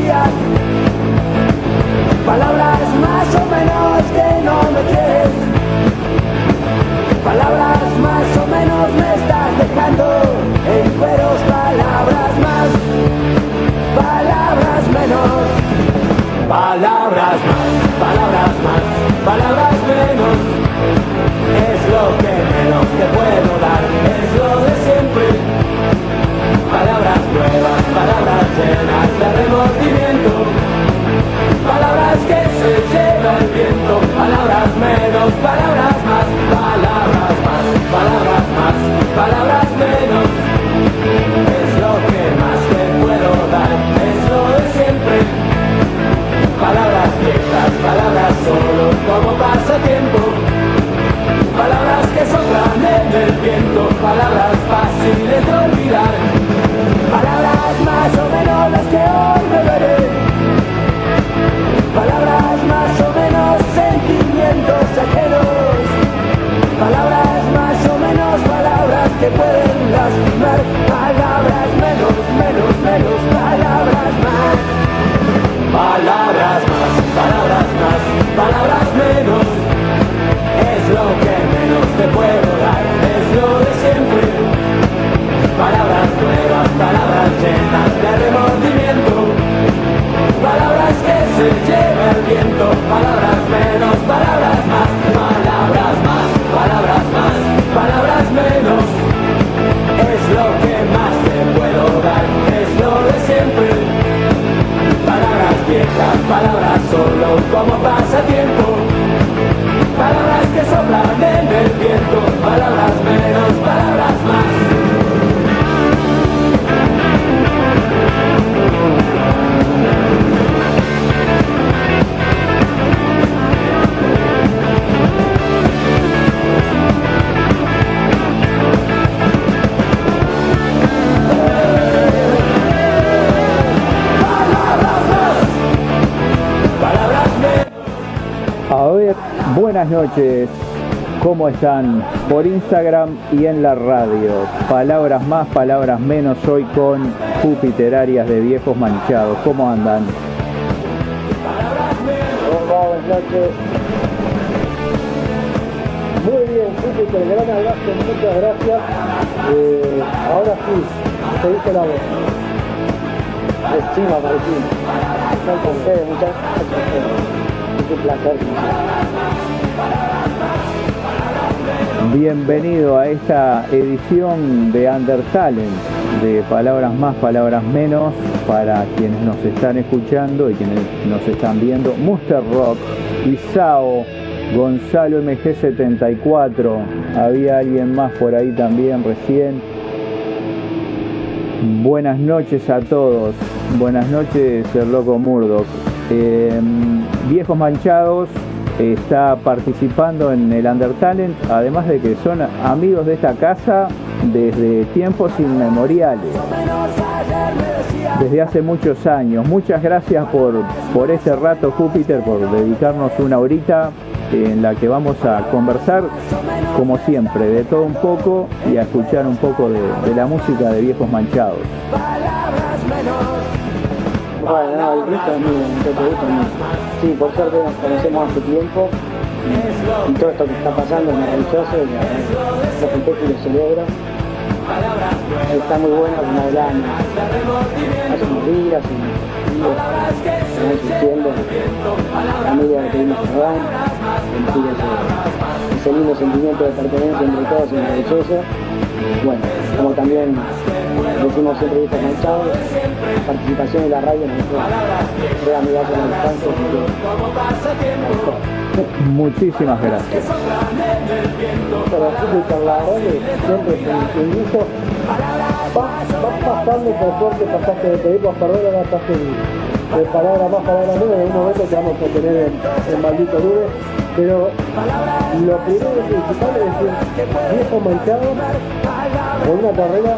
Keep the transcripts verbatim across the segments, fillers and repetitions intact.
días. Palabras más o menos que no me quieres. Palabras más o menos me estás dejando en cueros. Palabras más, palabras menos. Palabras más, palabras más, palabras menos. Es lo que menos te puedo dar, es lo de siempre. Palabras nuevas, palabras llenas de remordimiento. Palabras que se lleva el viento. Palabras menos, palabras más. Palabras más, palabras más, palabras menos. Es lo que más te puedo dar, es lo de siempre. Palabras viejas, palabras solo como pasatiempo. Palabras que soplan en el viento. Palabras fáciles de olvidar. Palabras más o menos las que hoy beberé. Palabras más o menos sentimientos ajenos. Palabras más o menos palabras que pueden lastimar. Palabras menos, menos, menos, palabras más. Palabras más, palabras más, palabras menos. Es lo que menos te puedo dar, es lo de siempre. Palabras nuevas, palabras llenas de remordimiento. Palabras que se lleva el viento. Palabras menos, palabras más. Palabras más, palabras más, palabras menos. Es lo que más te puedo dar, es lo de siempre. Palabras viejas, palabras solo como pasatiempo. Palabras que soplan en el viento. Palabras menos, palabras más. A ver, buenas noches, ¿cómo están? Por Instagram y en la radio. Palabras más, palabras menos, hoy con Júpiter Arias de Viejos Manchados. ¿Cómo andan? Hola, buenas noches. Muy bien, Júpiter, gran abrazo, muchas gracias. Eh, ahora sí, se dice la voz. Estima, Martín. No con ustedes, muchas gracias. Es un placer. Bienvenido a esta edición de Under Talent, de Palabras Más, Palabras Menos, para quienes nos están escuchando y quienes nos están viendo. Muster Rock, Isao, Gonzalo M G setenta y cuatro, había alguien más por ahí también recién. Buenas noches a todos, buenas noches el Loco Murdoch. Eh, Viejos Manchados está participando en el Under Talent, además de que son amigos de esta casa desde tiempos inmemoriales, desde hace muchos años. Muchas gracias por, por este rato, Júpiter, por dedicarnos una horita en la que vamos a conversar, como siempre, de todo un poco y a escuchar un poco de, de la música de Viejos Manchados. Bueno, no, el gusto es mío, el gusto es mío. Sí, por suerte nos conocemos hace tiempo y todo esto que está pasando es maravilloso, lo festejo y lo celebro. Está muy bueno como hablan hace unos días y días que van surgiendo a medida que pedimos perdón, sentir ese, ese lindo sentimiento de pertenencia entre todos es maravilloso. Bueno, como también decimos siempre Viejos Manchados, participación en la radio nos crea amigos a la distancia. Muchísimas gracias. Pero Júpiter, la verdad que siempre es un gusto. Vas pasando, por suerte pasaste de pedimos perdón, ahora estás en, de palabra más, palabra menos, en un momento que vamos a tener en, en Maldito Lunes. Pero lo primero y principal es decir, Viejos Manchados, con una carrera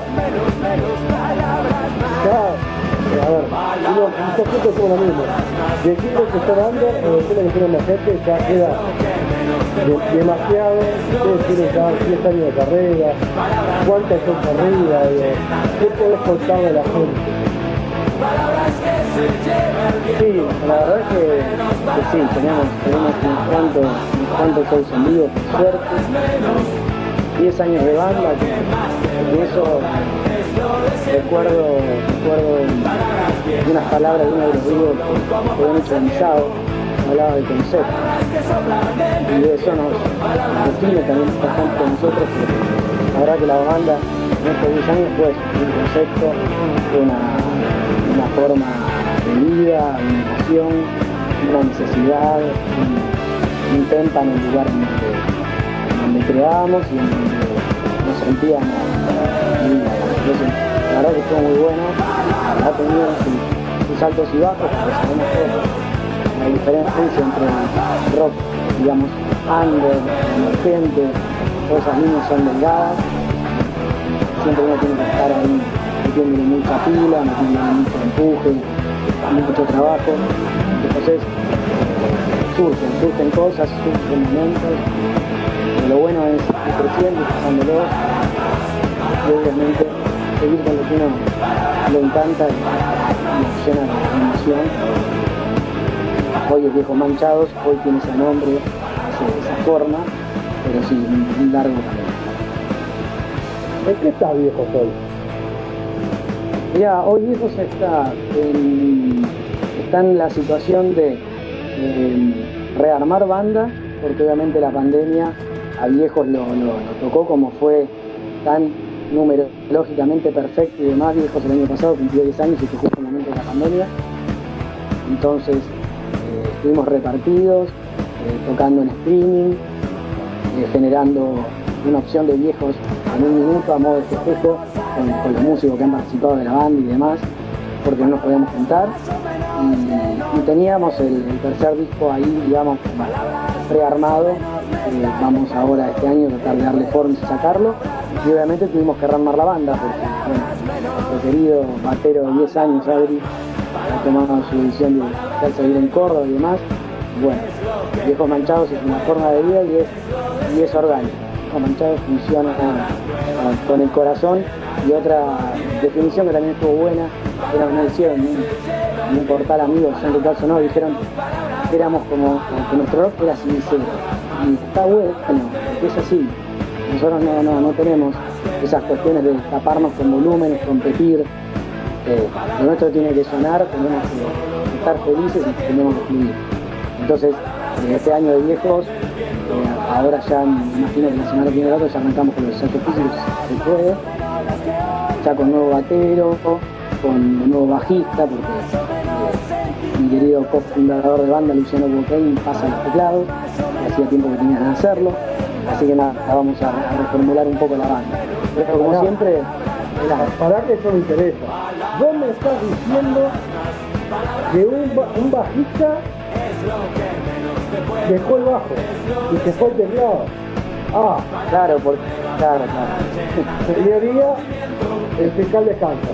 ya, a ver, uno, muchos puntos son lo mismo. Decirle que son under o decirle que son emergentes ya queda de, demasiado. Ustedes tienen ya diez años de carrera, cuántas son carreras, ¿qué podés contar de la gente? la verdad es que, que sí, tenemos, tenemos unos cuantos, unos cuantos shows en vivo, por suerte. diez años de banda, que, que eso recuerdo, recuerdo unas palabras de uno de los vivos que habían hecho en Sao, hablaba del concepto. Y eso nos define también bastante con nosotros, porque la verdad que la banda en estos diez años fue un concepto, una, una forma de vida, una emoción, una necesidad, un, un témpano en el lugar en donde, en donde creábamos y en donde nos sentíamos vivos. Entonces, la verdad que estuvo muy bueno, ha tenido sus, sus altos y bajos, porque sabemos todos la diferencia entre el rock, digamos, under, emergente, todas esas líneas son delgadas, siempre uno tiene que estar ahí metiéndole mucha pila, metiéndole mucho empuje, mucho trabajo. Entonces surgen, surgen cosas, surgen momentos, pero lo bueno es ir creciendo, pasándolo, y obviamente seguir con lo que uno le encanta y nos llena de emoción. Hoy es Viejos Manchados, hoy tiene ese nombre, ese, esa forma, pero sí, un, un largo camino. ¿En qué está Viejos hoy? Ya, hoy Viejos está en, está en la situación de eh, rearmar banda, porque obviamente la pandemia a Viejos lo, lo, lo tocó como fue tan numerológicamente perfecto y demás. Viejos el año pasado cumplió diez años y fue justo el momento de la pandemia. Entonces eh, estuvimos repartidos, eh, tocando en streaming, eh, generando una opción de Viejos en un minuto a modo de festejo con, con los músicos que han participado de la banda y demás, porque no nos podíamos juntar. Y, y teníamos el, el tercer disco ahí, digamos, prearmado. Eh, vamos ahora este año a tratar de darle forma y sacarlo. Y obviamente tuvimos que rearmar la banda, porque bueno, nuestro querido batero de diez años, Adri, ha tomado su decisión de quedarse a vivir en Córdoba y demás. Bueno, Viejos Manchados es una forma de vida y es, y es orgánico. Viejos Manchados funciona uh, con el corazón. Y otra definición que también estuvo buena, era una hicieron en un portal amigos, en tu caso no, dijeron que éramos como, que nuestro rock era sincero. Y está bueno, es así. Nosotros no, no, no tenemos esas cuestiones de taparnos con volúmenes, competir. Eh, lo nuestro tiene que sonar, tenemos que estar felices y tenemos que fluir. Entonces, eh, este año de Viejos, eh, ahora ya me imagino que la semana que viene rato ya arrancamos con los ensayos físicos, se puede, ya con nuevo batero, con nuevo bajista, porque eh, mi querido cofundador de banda, Luciano Bocain, pasa los teclados, hacía tiempo que tenía que hacerlo, así que nada, vamos a, a reformular un poco la banda. Pero como siempre, la... para que eso me interesa, vos me estás diciendo que un, ba un bajista dejó el bajo y se fue el teclado. Ah, claro, porque, claro, claro. En teoría, el fiscal descansa.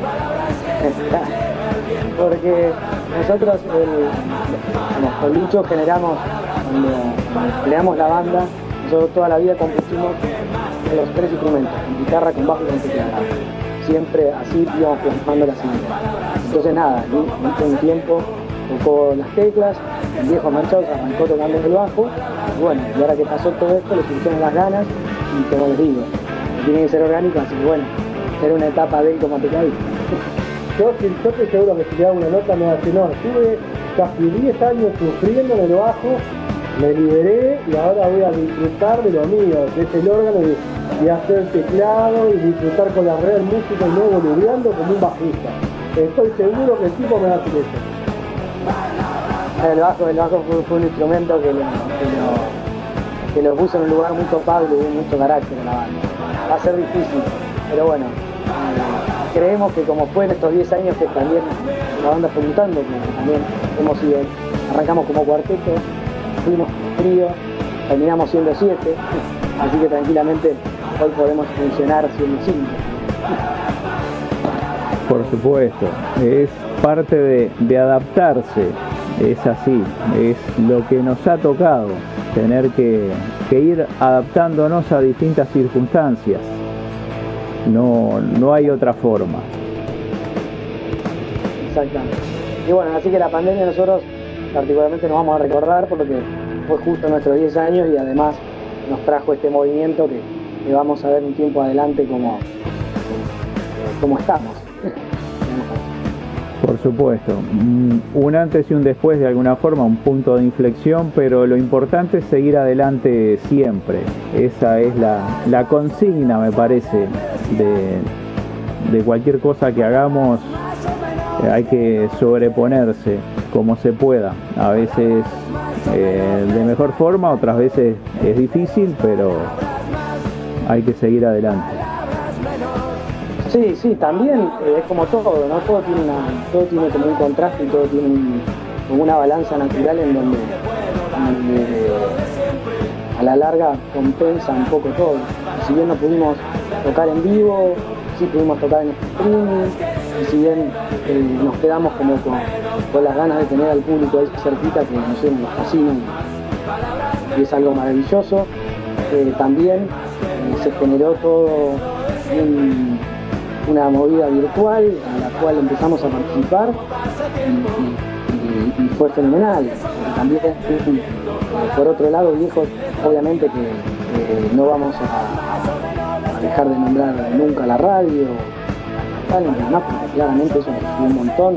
Porque nosotros, el, bueno, con Lucho generamos, cuando, cuando creamos la banda, nosotros toda la vida compusimos los tres instrumentos, con guitarra, con bajo y con teclado. Siempre así íbamos plasmando las ideas. Entonces nada, en un tiempo tocó las teclas, el Viejos Manchados arrancó tocando el bajo, y bueno, y ahora que pasó todo esto, le surgieron las ganas, y como les digo, tiene que ser orgánico, así que bueno, era una etapa de él como tecladista. Yo, yo estoy seguro que si le hago una nota me va a decir, no, estuve casi diez años sufriendo en el bajo, me liberé y ahora voy a disfrutar de lo mío, que es el órgano y, y hacer teclado y disfrutar con la real música y no boludeando como un bajista. Estoy seguro que el tipo me va a decir eso. El bajo, el bajo fue, fue un instrumento que lo, que, lo, que lo puso en un lugar muy copado y le dio mucho carácter a la banda. Va a ser difícil, pero bueno, eh, creemos que como fue en estos diez años que también la banda fue mutando, que también hemos ido, arrancamos como cuarteto, fuimos trío, terminamos siendo siete, así que tranquilamente hoy podemos funcionar siendo cinco. Por supuesto, es parte de, de adaptarse, es así, es lo que nos ha tocado, tener que, que ir adaptándonos a distintas circunstancias, no, no hay otra forma. Exactamente. Y bueno, así que la pandemia nosotros particularmente nos vamos a recordar porque fue justo nuestros diez años y además nos trajo este movimiento que, que vamos a ver un tiempo adelante como, como estamos. Por supuesto, un antes y un después de alguna forma, un punto de inflexión, pero lo importante es seguir adelante siempre. Esa es la, la consigna, me parece, de, de cualquier cosa que hagamos. Hay que sobreponerse como se pueda, a veces eh, de mejor forma, otras veces es difícil, pero hay que seguir adelante. Sí, sí, también eh, es como todo, ¿no? Todo tiene, una, todo tiene como un contraste y todo tiene un, como una balanza natural en donde, donde eh, a la larga compensa un poco todo. Si bien no pudimos tocar en vivo, sí pudimos tocar en streaming, y si bien eh, nos quedamos como con, con las ganas de tener al público ahí cerquita, que no sé, nos fascina y, y es algo maravilloso, eh, también eh, se generó todo un... una movida virtual en la cual empezamos a participar y, y, y fue fenomenal. También, por otro lado, viejos, obviamente que eh, no vamos a, a dejar de nombrar nunca la radio, tal, más porque claramente eso nos ayudó un montón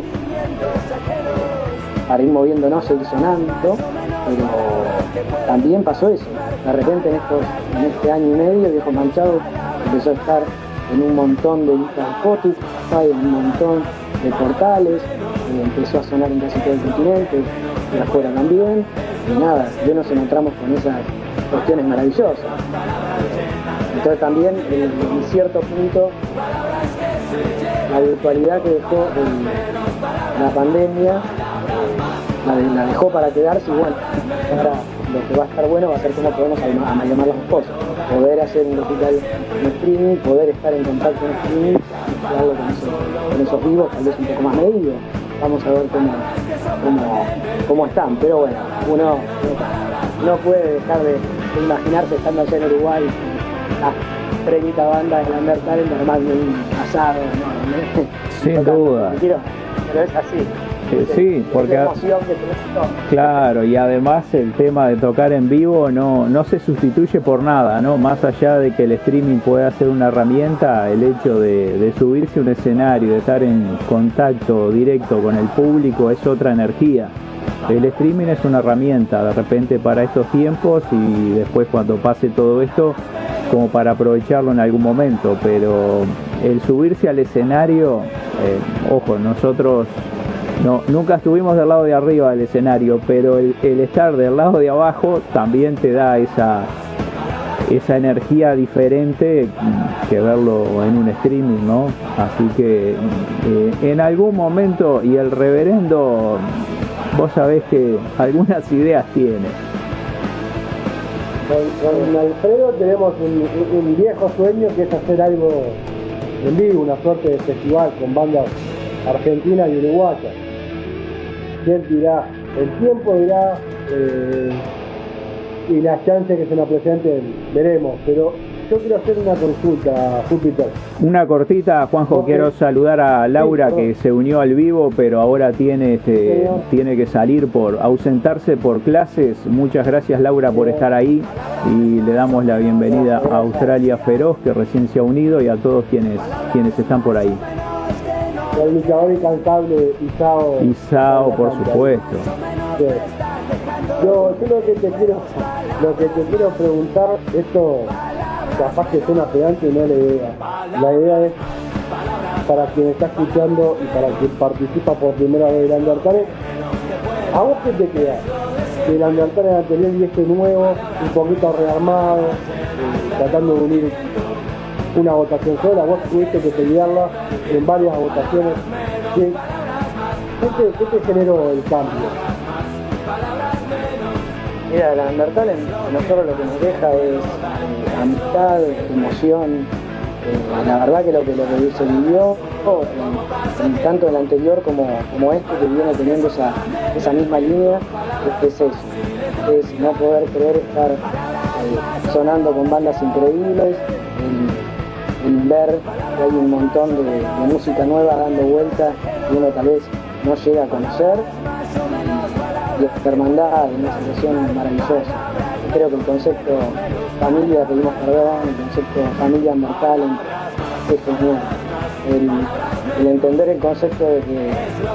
para ir moviéndonos, seguir sonando, pero también pasó eso. De repente en, estos, en este año y medio, Viejos Manchados empezó a estar en un montón de listas de Spotify, en un montón de portales, eh, empezó a sonar en casi todo el continente, de afuera también, y nada, yo nos encontramos con esas cuestiones maravillosas. Entonces también, en, en cierto punto, la virtualidad que dejó eh, la pandemia, la, de, la dejó para quedarse, y bueno, ahora lo que va a estar bueno va a ser cómo podemos amalgamar las dos cosas. Poder hacer un recital en streaming, poder estar en contacto en streaming, algo con esos, con esos vivos, tal vez un poco más medido. Vamos a ver cómo, cómo, cómo están, pero bueno, uno no puede dejar de, de imaginarse estando allá en Uruguay, las treinta bandas de Undertale, armando un asado, ¿no? Sin duda. Quiero, pero es así. Eh, sí, porque claro, y además el tema de tocar en vivo no, no se sustituye por nada, ¿no? Más allá de que el streaming pueda ser una herramienta, el hecho de, de subirse a un escenario, de estar en contacto directo con el público es otra energía. El streaming es una herramienta de repente para estos tiempos y después cuando pase todo esto como para aprovecharlo en algún momento, pero el subirse al escenario, eh, ojo, nosotros no, nunca estuvimos del lado de arriba del escenario, pero el, el estar del lado de abajo también te da esa, esa energía diferente que verlo en un streaming, ¿no? Así que eh, en algún momento, y el reverendo, vos sabés que algunas ideas tiene. Con, con Alfredo tenemos un, un viejo sueño que es hacer algo en vivo, una suerte de festival con bandas argentinas y uruguayas. ¿Quién dirá? El tiempo dirá eh, y las chances que se nos presenten veremos, pero yo quiero hacer una consulta, Júpiter. Una cortita, Juanjo, Okay. Quiero saludar a Laura, sí, que se unió al vivo, pero ahora tiene, este, sí, tiene que salir por ausentarse por clases. Muchas gracias, Laura, por sí. estar ahí, y le damos la bienvenida a Australia Feroz, que recién se ha unido, y a todos quienes, quienes están por ahí. El luchador incansable Isao. Isao, por supuesto. Sí. Yo, yo lo que te quiero, lo que te quiero preguntar, esto capaz que suena pedante y no es la idea. La idea es para quien está escuchando y para quien participa por primera vez del Undertale. ¿A vos qué te queda? Del Undertale anterior y este nuevo, un poquito rearmado, eh, tratando de unir una votación sola, vos tuviste que pelearla en varias votaciones. ¿Qué, qué, te, qué te generó el cambio? Mira, el Undertale a nosotros lo que nos deja es eh, amistad, emoción. Eh, la verdad que lo que, lo que se vivió, eh, en tanto el anterior como, como este, que viene teniendo esa, esa misma línea, es, es eso. Es no poder creer estar eh, sonando con bandas increíbles, en, en ver que hay un montón de, de música nueva dando vueltas y uno tal vez no llega a conocer. y hermandad, una sensación maravillosa. Creo que el concepto familia, pedimos perdón, el concepto familia mortal es genial. El, el entender el concepto de que eh,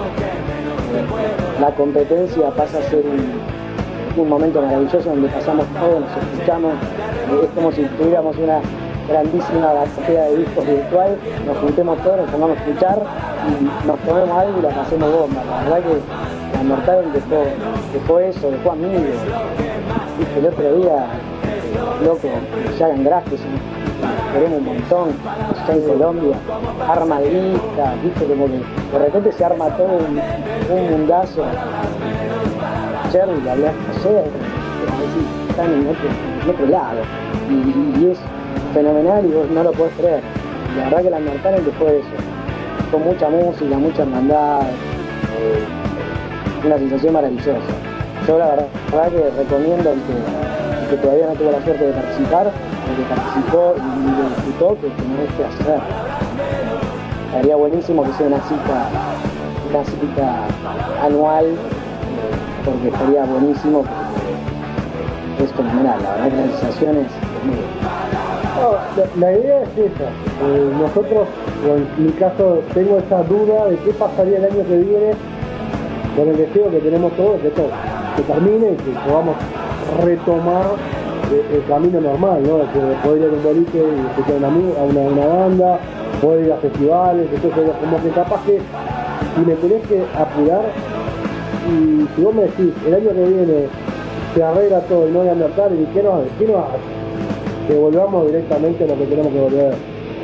la competencia pasa a ser un, un momento maravilloso donde pasamos todo, nos escuchamos, eh, es como si tuviéramos una grandísima batería de discos virtual, nos juntemos todos, nos pongamos a escuchar y nos tomemos algo y la pasemos bomba. La verdad que la Mortal dejó, dejó eso, dejó amigos. Viste, el otro día, loco, ya hagan gracias, queremos un montón, ya en Colombia, arma lista, viste, como que de repente se arma todo un, un mundazo. Cherry, la hablaste ayer, están en otro, en otro lado, y, y, y es fenomenal y vos no lo podés creer. La verdad que la Mortal dejó eso, con mucha música, mucha hermandad, eh, una sensación maravillosa. Yo la verdad, la verdad que recomiendo al que, que todavía no tuvo la suerte de participar, el que participó y lo disfrutó, que, que no deje hacer. Estaría buenísimo que sea una cita, una cita anual, eh, porque estaría buenísimo, porque es fenomenal, la verdad que la sensación es muy No, la, la idea es esa. Eh, nosotros, o en mi caso, tengo esa duda de qué pasaría el año que viene con el deseo que tenemos todos de todo, que termine y que podamos retomar el, el camino normal, ¿no? De poder ir a un boliche y escuchar una, a una, una banda, poder ir a festivales, entonces como que capaz que si me tenés que apurar, y si vos me decís el año que viene se arregla todo y no voy a anotar, y qué nos qué nos hace que volvamos directamente a lo que tenemos que volver.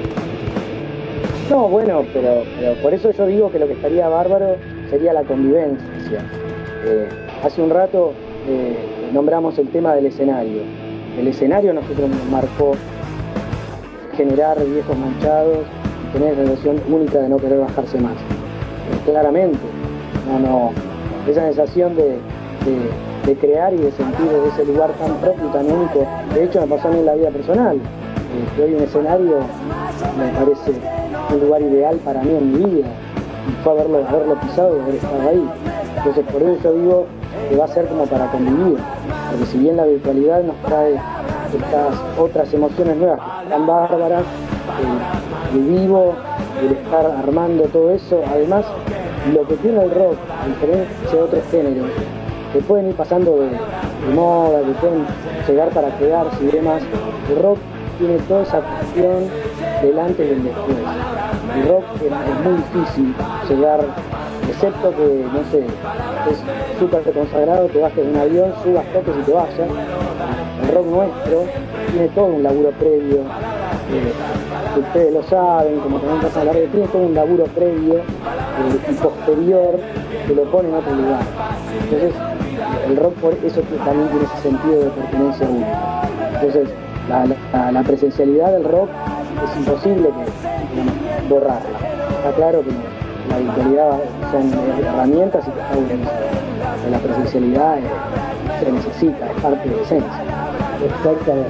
No, bueno, pero, pero por eso yo digo que lo que estaría bárbaro sería la convivencia. Eh, hace un rato eh, nombramos el tema del escenario. El escenario a nosotros nos marcó generar viejos manchados y tener relación única de no querer bajarse más. Eh, claramente, no, no, esa sensación de, de, de crear y de sentir desde ese lugar tan propio y tan único. De hecho me pasó a mí en la vida personal. Eh, que hoy un escenario me parece un lugar ideal para mí en mi vida. Y fue haberlo, haberlo pisado y haber estado ahí. Entonces por eso yo digo que va a ser como para convivir, porque si bien la virtualidad nos trae estas otras emociones nuevas que están bárbaras, el, el vivo, el estar armando todo eso, además lo que tiene el rock, a diferencia de otros géneros, que pueden ir pasando de, de moda, que pueden llegar para quedarse y demás, el rock tiene toda esa cuestión del antes y del después. El rock es, es muy difícil llegar, excepto que, no sé, es súper consagrado, te bajes de un avión, subas toques y te vayas. El rock nuestro tiene todo un laburo previo, eh, ustedes lo saben, como también pasa a hablar de tiene todo un laburo previo eh, y posterior que lo pone en otro lugar. Entonces, el rock por eso también tiene ese sentido de pertenencia única. Entonces, la, la, la presencialidad del rock es imposible que, digamos, borrarla. Está claro que la virtualidad son herramientas y que está buenísimo. Pero la presencialidad eh, se necesita, es parte de la esencia. Exactamente.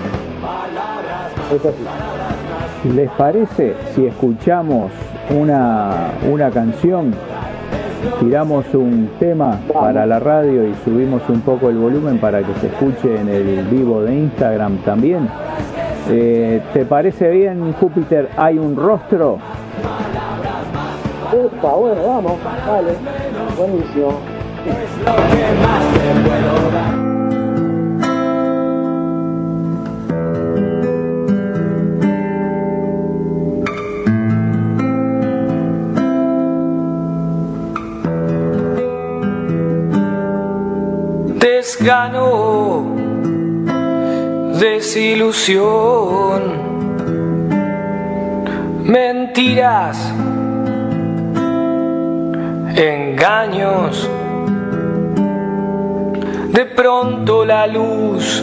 Es así. ¿Les parece si escuchamos una, una canción? Tiramos un tema para la radio y subimos un poco el volumen para que se escuche en el vivo de Instagram también. Eh, ¿Te parece bien, Júpiter? ¿Hay un rostro? Upa, bueno, vamos, vale, buenísimo. Es lo que más te puedo dar. Desgano, desilusión, mentiras, engaños. De pronto la luz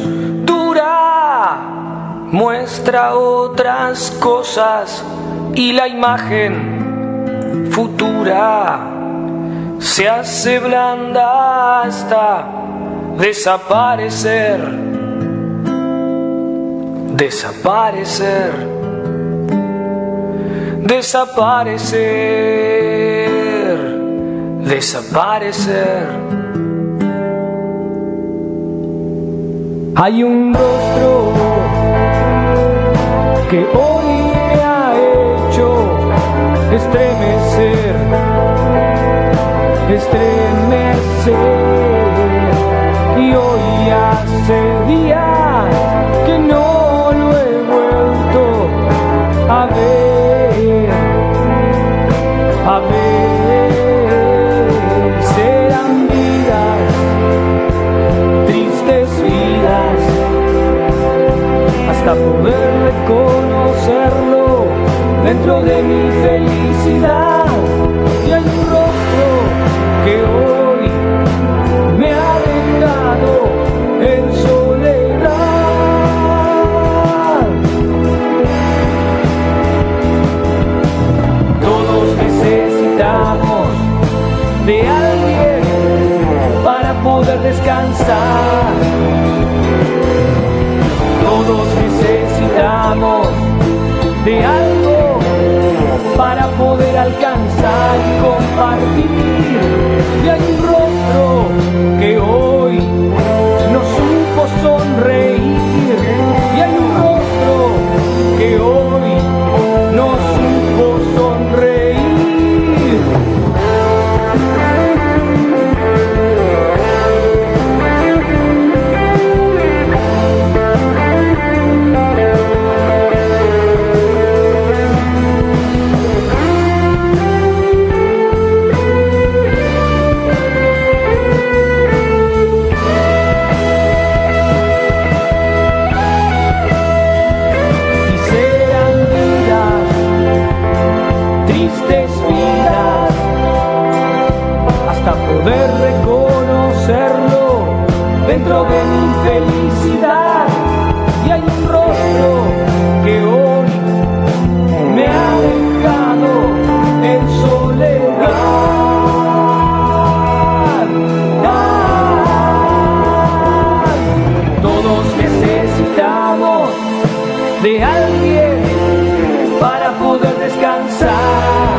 dura muestra otras cosas y la imagen futura se hace blanda hasta desaparecer, desaparecer, desaparecer, desaparecer. Hay un rostro que hoy me ha hecho estremecer, estremecer, y hoy hace días que no lo he vuelto a ver, a ver. Serán vidas, tristes vidas, hasta poder reconocerlo dentro de mi felicidad. Y hay un rostro que hoy me ha dejado en soledad. Todos necesitamos de alguien para poder descansar. Todos necesitamos de algo para poder alcanzar y compartir. Y hay un rostro que hoy no supo sonreír. Y hay un rostro que hoy no supo sonreír. Poder reconocerlo dentro de mi felicidad. Y hay un rostro que hoy me ha dejado en soledad. Todos necesitamos de alguien para poder descansar.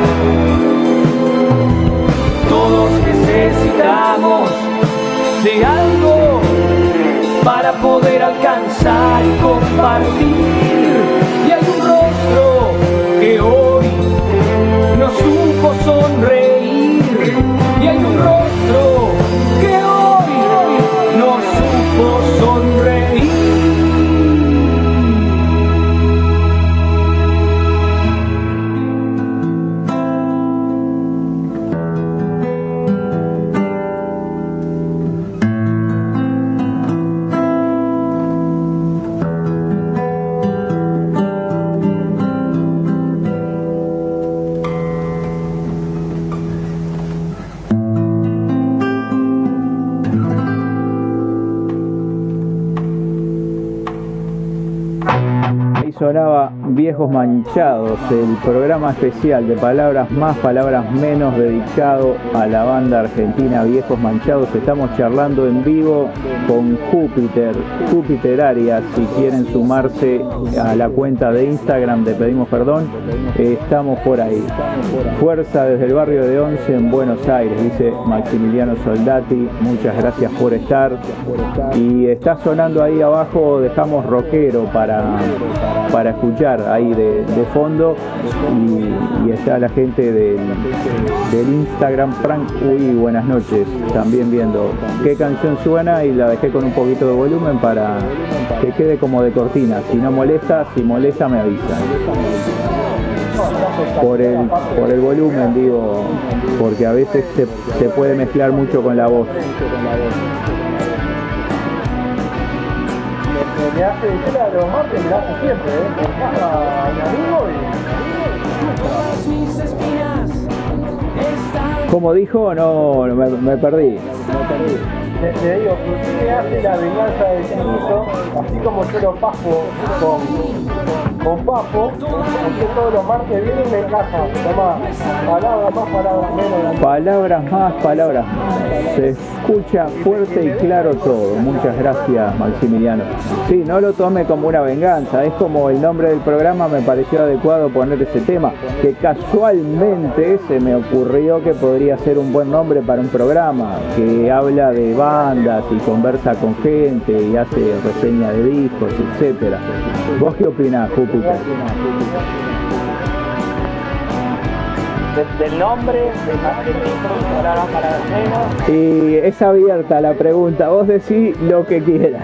Todos necesitamos de algo para poder alcanzar y compartir. Y hay un rostro que hoy no supo sonreír. Y hay un rostro que hoy no supo sonreír. Sonaba Viejos Manchados, el programa especial de Palabras Más, Palabras Menos, dedicado a la banda argentina Viejos Manchados. Estamos charlando en vivo con Júpiter, Júpiter Arias. Si quieren sumarse a la cuenta de Instagram de Pedimos Perdón, eh, estamos por ahí. Fuerza desde el barrio de Once en Buenos Aires, dice Maximiliano Soldati. Muchas gracias por estar. Y está sonando ahí abajo, dejamos rockero para... para escuchar ahí de, de fondo, y, y está la gente del, del Instagram, Frank, uy, buenas noches, también viendo qué canción suena, y la dejé con un poquito de volumen para que quede como de cortina. Si no molesta, si molesta me avisan. Por el, por el volumen, digo, porque a veces se, se puede mezclar mucho con la voz. Me hace decir a los martes, me la hace siempre, ¿eh? Me encaja a mi amigo y... ¿Cómo dijo? No, me, me perdí. Me perdí. Te, te digo, que me hace la venganza del chinito, así como yo lo paso con, con Papo, porque todos los martes vienen y me encaja. Tomá, palabras más, palabras menos. Palabras más, palabras menos. Se escucha fuerte y claro todo. Muchas gracias, Maximiliano. Sí, no lo tome como una venganza, es como el nombre del programa, me pareció adecuado poner ese tema, que casualmente se me ocurrió que podría ser un buen nombre para un programa que habla de bandas y conversa con gente y hace reseña de discos, etcétera. ¿Vos qué opinás, Júpiter? Del nombre, del palabras para menos. Y es abierta la pregunta, vos decís lo que quieras.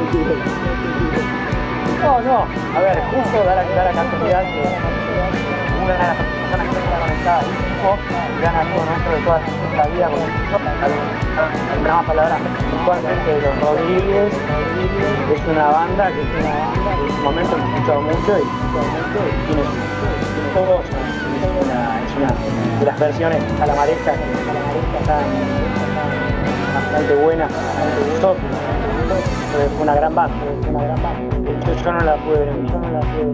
No, no, a ver, justo da la, da la casualidad que una de las personas que está conectada al equipo, gran amigo nuestro de toda la vida, con el programa Palabras actualmente de los Rodríguez, es una banda que en su momento me he escuchado mucho y tiene todo. Es una, es una de las versiones calamarescas que están bastante buenas para nosotros. Fue una gran banda, una gran banda. Yo, yo no la pude ver, yo no la pude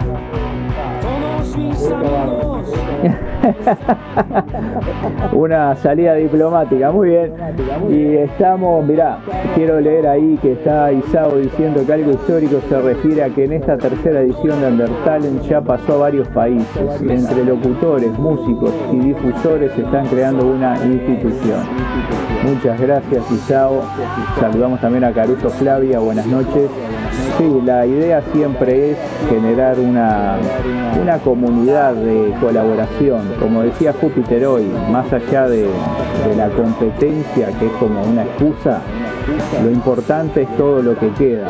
ver. Una salida diplomática, muy bien. Y estamos, mirá, quiero leer ahí que está Isao diciendo que algo histórico se refiere a que en esta tercera edición de Undertalent ya pasó a varios países. Entre locutores, músicos y difusores se están creando una institución. Muchas gracias, Isao. Saludamos también a Caruso Flavia, buenas noches. Sí, la idea siempre es generar una, una comunidad de colaboración. Como decía Júpiter hoy, más allá de, de la competencia, que es como una excusa, lo importante es todo lo que queda.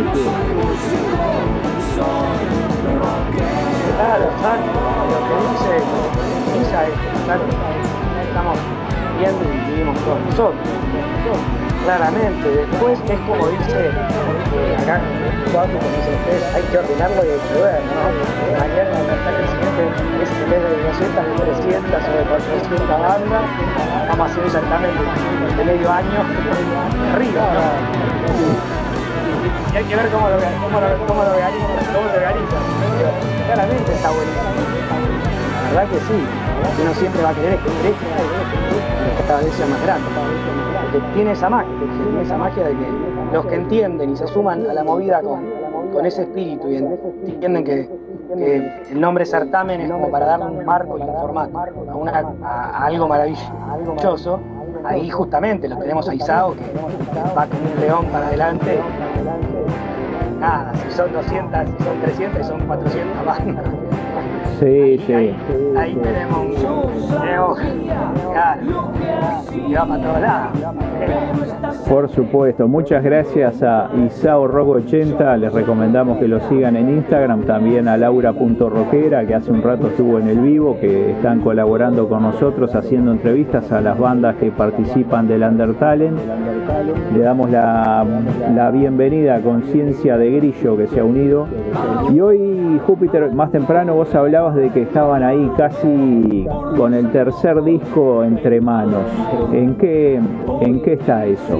Claro, exacto. Lo que dice Isa es que claro, estamos viendo y vivimos todos nosotros. Claramente, después es como dice eh, acá, cuando dice ustedes, hay que ordenarlo y hay que ver, ¿no? Mañana está el siguiente es en vez de doscientas, de trescientas o de cuatrocientas bandas, vamos a hacer exactamente de medio año arriba, ¿no? Y hay que ver cómo lo, cómo lo, cómo lo organizan, cómo lo organizan. Claramente está buenísimo. La verdad que sí, uno siempre va a querer que crezca y que cada vez sea más grande. Que tiene esa magia, que tiene esa magia de que los que entienden y se suman a la movida con, con ese espíritu y entienden que, que el nombre certamen es como para darle un marco y un formato a, una, a, a algo maravilloso, ahí justamente lo tenemos a Isao, que va con un león para adelante. Nada, si son doscientas, si son trescientas, si son cuatrocientas bandas. Sí, ahí, sí. Ahí, ahí tenemos un tenemos, claro, y va para todos lados. Por supuesto, muchas gracias a Isao Rock ochenta, les recomendamos que lo sigan en Instagram, también a Laura punto rockera, que hace un rato estuvo en el vivo, que están colaborando con nosotros haciendo entrevistas a las bandas que participan del Undertalent. Le damos la, la bienvenida a Conciencia de Grillo, que se ha unido. Y hoy, Júpiter, más temprano vos hablabas de que estaban ahí casi con el tercer disco entre manos. ¿En qué, en qué está eso?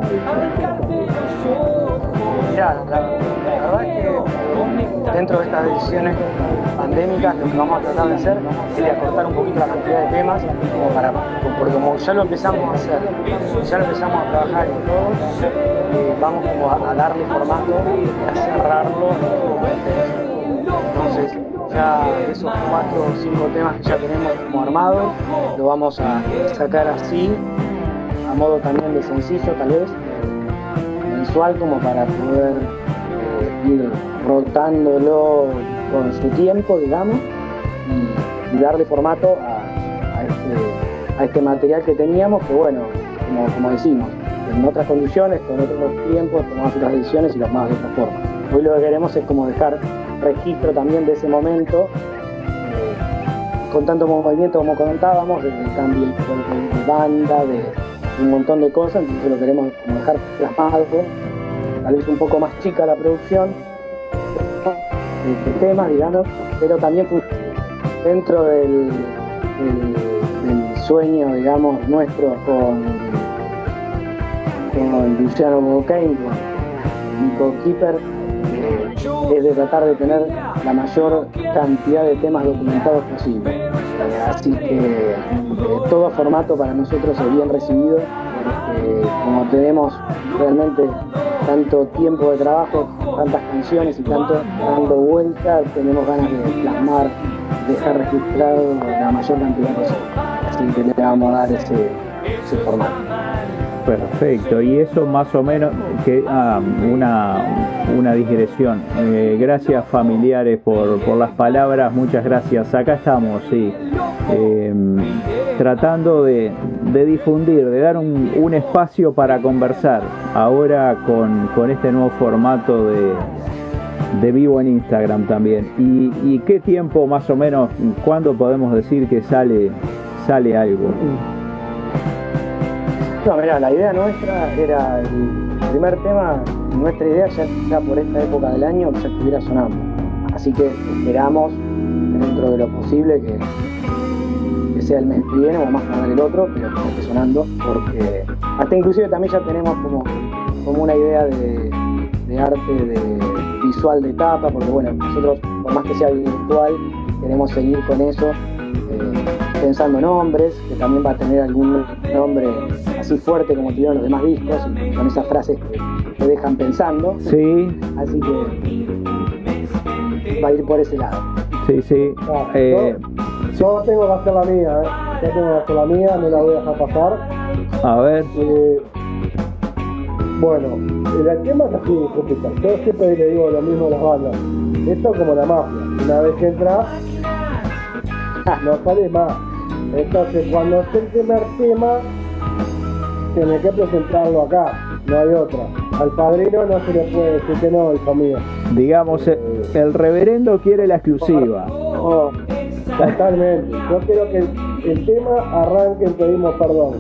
Mirá, la, la verdad es que dentro de estas decisiones pandémicas lo que vamos a tratar de hacer es de acortar un poquito la cantidad de temas, como para, porque como ya lo empezamos a hacer, ya lo empezamos a trabajar y todo, eh, vamos como a, a darle formato y a cerrarlo. Entonces, ya esos cuatro o cinco temas que ya tenemos como armados, lo vamos a sacar así, a modo también de sencillo tal vez, mensual, como para poder eh, ir rotándolo con su tiempo, digamos, y, y darle formato a, a, este, a este material que teníamos, que bueno, como, como decimos, en otras condiciones, con otros tiempos, tomamos otras decisiones y lo armamos de otra forma. Hoy lo que queremos es como dejar registro también de ese momento, eh, con tanto movimiento como contábamos, de, de cambio de, de, de banda, de, de un montón de cosas, entonces lo queremos como dejar plasmado, tal vez un poco más chica la producción de, de temas, digamos, pero también dentro del, del, del sueño, digamos, nuestro con, con Luciano Bocain, con Nico Kipper, es de tratar de tener la mayor cantidad de temas documentados posible. Así que eh, todo formato para nosotros es bien recibido, porque como tenemos realmente tanto tiempo de trabajo, tantas canciones y tanto dando vueltas, tenemos ganas de plasmar, dejar registrado la mayor cantidad posible. Así que le vamos a dar ese, ese formato. Perfecto, y eso más o menos, que ah, una, una digresión. Eh, gracias familiares por, por las palabras, muchas gracias. Acá estamos, sí, eh, tratando de, de difundir, de dar un, un espacio para conversar, ahora con, con este nuevo formato de, de vivo en Instagram también. Y, y qué tiempo más o menos, ¿cuándo podemos decir que sale, sale algo? No, mirá, la idea nuestra era el primer tema, nuestra idea ya, ya por esta época del año ya estuviera sonando. Así que esperamos, dentro de lo posible, que, que sea el mes que viene o más tarde el otro, pero que esté sonando, porque hasta inclusive también ya tenemos como, como una idea de, de arte de visual de tapa, porque bueno, nosotros, por más que sea virtual, queremos seguir con eso, eh, pensando nombres, que también va a tener algún nombre así fuerte como tuvieron los demás discos, y con esas frases que te dejan pensando. Sí. Así que va a ir por ese lado. Sí, sí. Ah, eh, yo, yo tengo que hacer la mía, ¿eh? Yo tengo que hacer la mía, no la voy a dejar pasar. A ver. Eh, bueno, el tema es así, Júpiter. Yo siempre le digo lo mismo a las bandas. Esto es como la mafia. Una vez que entras, no sale más. Entonces, cuando esté el primer tema, tiene que presentarlo acá, no hay otra. Al padrino no se le puede decir que no, hijo mío. Digamos, el, el reverendo quiere la exclusiva. Oh, totalmente. Yo quiero que el, el tema arranque en Pedimos Perdón.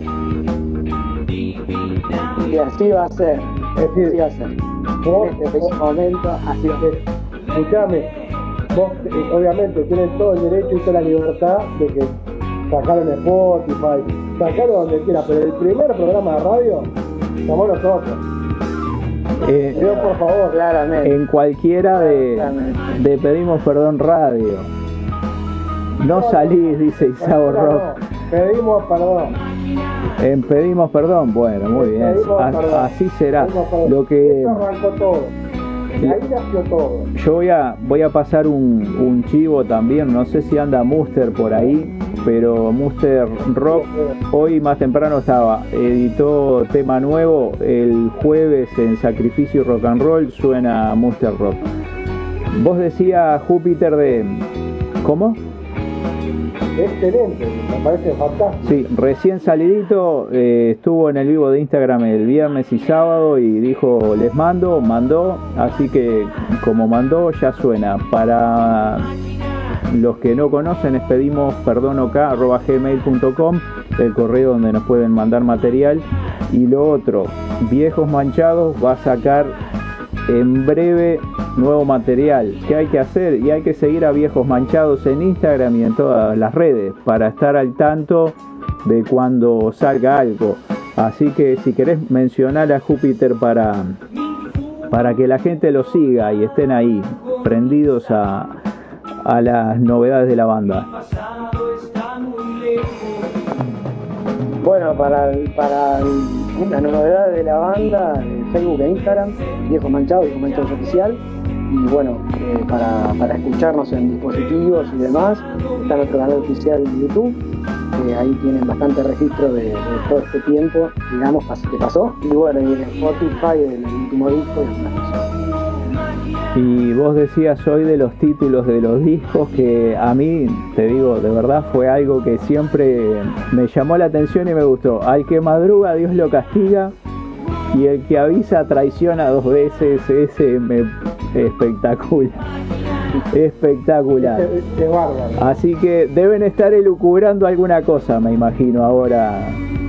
Y así va a ser. Es decir, así va a ser. vos, en este preciso momento, así va a ser. Escuchame, vos eh, obviamente tienes todo el derecho y toda la libertad de que sacaron en Spotify, sacaron donde quiera, pero el primer programa de radio somos nosotros. Eh, Yo, por favor, Claramente. en cualquiera de, de Pedimos Perdón Radio. No salís, dice Isao no, Rock. pedimos perdón. En Pedimos Perdón, bueno, muy bien. Pedimos A- perdón. así será. Pedimos perdón. Lo que Esto arrancó todo. Y ahí nació todo. yo voy a voy a pasar un, un chivo también. No sé si anda Muster por ahí, pero Muster Rock hoy más temprano estaba, editó tema nuevo el jueves en Sacrificio y Rock and Roll, suena Muster Rock. Vos decías, Júpiter, de ¿cómo? Excelente, me parece fantástico. Sí, recién salidito, eh, estuvo en el vivo de Instagram el viernes y sábado y dijo, les mando, mandó, así que como mandó ya suena. Para los que no conocen, les pedimos perdonok arroba gmail punto com, el correo donde nos pueden mandar material. Y lo otro, Viejos Manchados va a sacar en breve nuevo material. ¿Qué hay que hacer? Y hay que seguir a Viejos Manchados en Instagram y en todas las redes para estar al tanto de cuando salga algo. Así que si querés mencionar a Júpiter para, para que la gente lo siga y estén ahí prendidos a, a las novedades de la banda. Bueno, para, el- para el- la novedad de la banda, de Facebook e Instagram, Viejos Manchados, Viejos Manchados Oficial. Y bueno, eh, para, para escucharnos en dispositivos y demás, está nuestro canal oficial de YouTube, que ahí tienen bastante registro de, de todo este tiempo, digamos, pas- que pasó. Y bueno, y en Spotify, el último disco y algunas cosas. Y vos decías hoy de los títulos de los discos, que a mí, te digo, de verdad fue algo que siempre me llamó la atención y me gustó. Al que madruga, Dios lo castiga, y el que avisa traiciona dos veces. Ese me espectacular. Espectacular. Es, es bárbaro. Así que deben estar elucubrando alguna cosa, me imagino, ahora.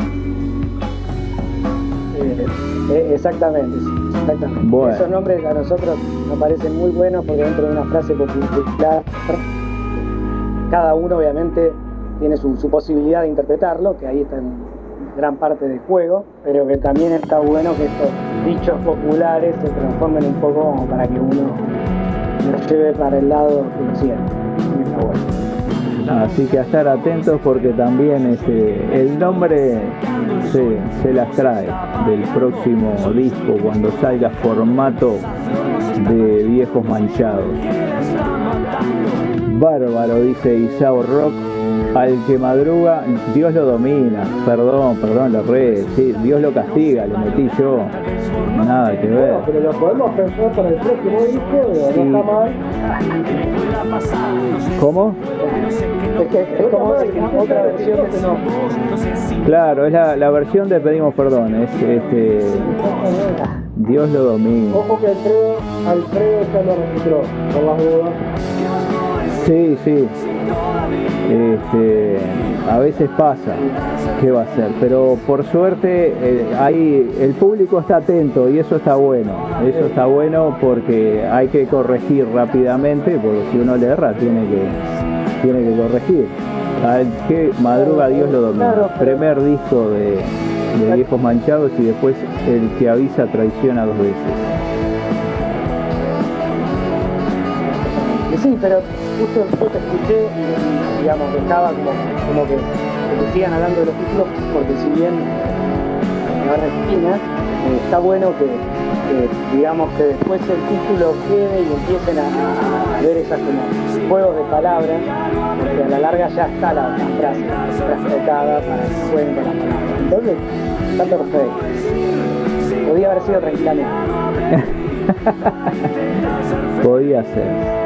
Eh, eh, exactamente, sí, exactamente. Bueno. Esos nombres a nosotros nos parecen muy buenos porque dentro de una frase popular, cada uno obviamente tiene su, su posibilidad de interpretarlo, que ahí está en gran parte del juego, pero que también está bueno que estos dichos populares se transformen un poco como para que uno los lleve para el lado que lo siente. Y está bueno. Así que a estar atentos porque también este, el nombre se, se las trae del próximo disco cuando salga formato de Viejos Manchados. Bárbaro, dice Isao Rock. Al que madruga, Dios lo domina. Perdón, perdón, lo re. Sí, Dios lo castiga, le metí yo. Nada que ver. Bueno, pero lo podemos pensar para el próximo disco, digo, Sí. no está mal. ¿Cómo? Es que es como es que otra versión de este no. Claro, es la, la versión de Pedimos Perdón. Es este. Dios lo domina. Ojo que Alfredo, Alfredo ya lo registró, por las dudas. Sí, sí. Este, a veces pasa, ¿qué va a ser? Pero por suerte eh, ahí el público está atento y eso está bueno. Eso está bueno porque hay que corregir rápidamente, porque si uno le erra tiene que, tiene que corregir. Al que madruga Dios lo domina. Primer disco de, de Viejos Manchados y después el que avisa traiciona dos veces. Sí, pero justo yo te escuché y, digamos, que estaba como, como que, que te sigan hablando de los títulos, porque si bien no es Argentina, eh, está bueno que, que, digamos, que después el título quede y empiecen a, a ver esas como juegos de palabras, porque a la larga ya está la, la frase transfletada para que jueguen con las palabras. Entonces, está perfecto. Podía haber sido tranquilamente. Podía ser.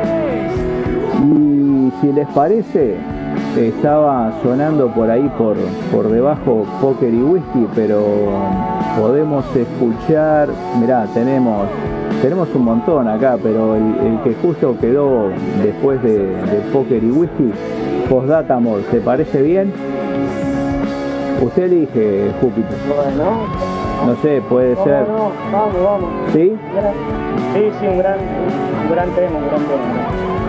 Y si les parece, estaba sonando por ahí por, por debajo Póker y Whisky, pero podemos escuchar, mirá, tenemos, tenemos un montón acá, pero el, el que justo quedó después de, de Póker y Whisky, Postdata Amor, ¿te parece bien? Usted elige, Júpiter. Bueno, No sé, puede no, ser. no, vamos, vamos. ¿Sí? Sí, sí, un gran, un gran tema, un gran tema.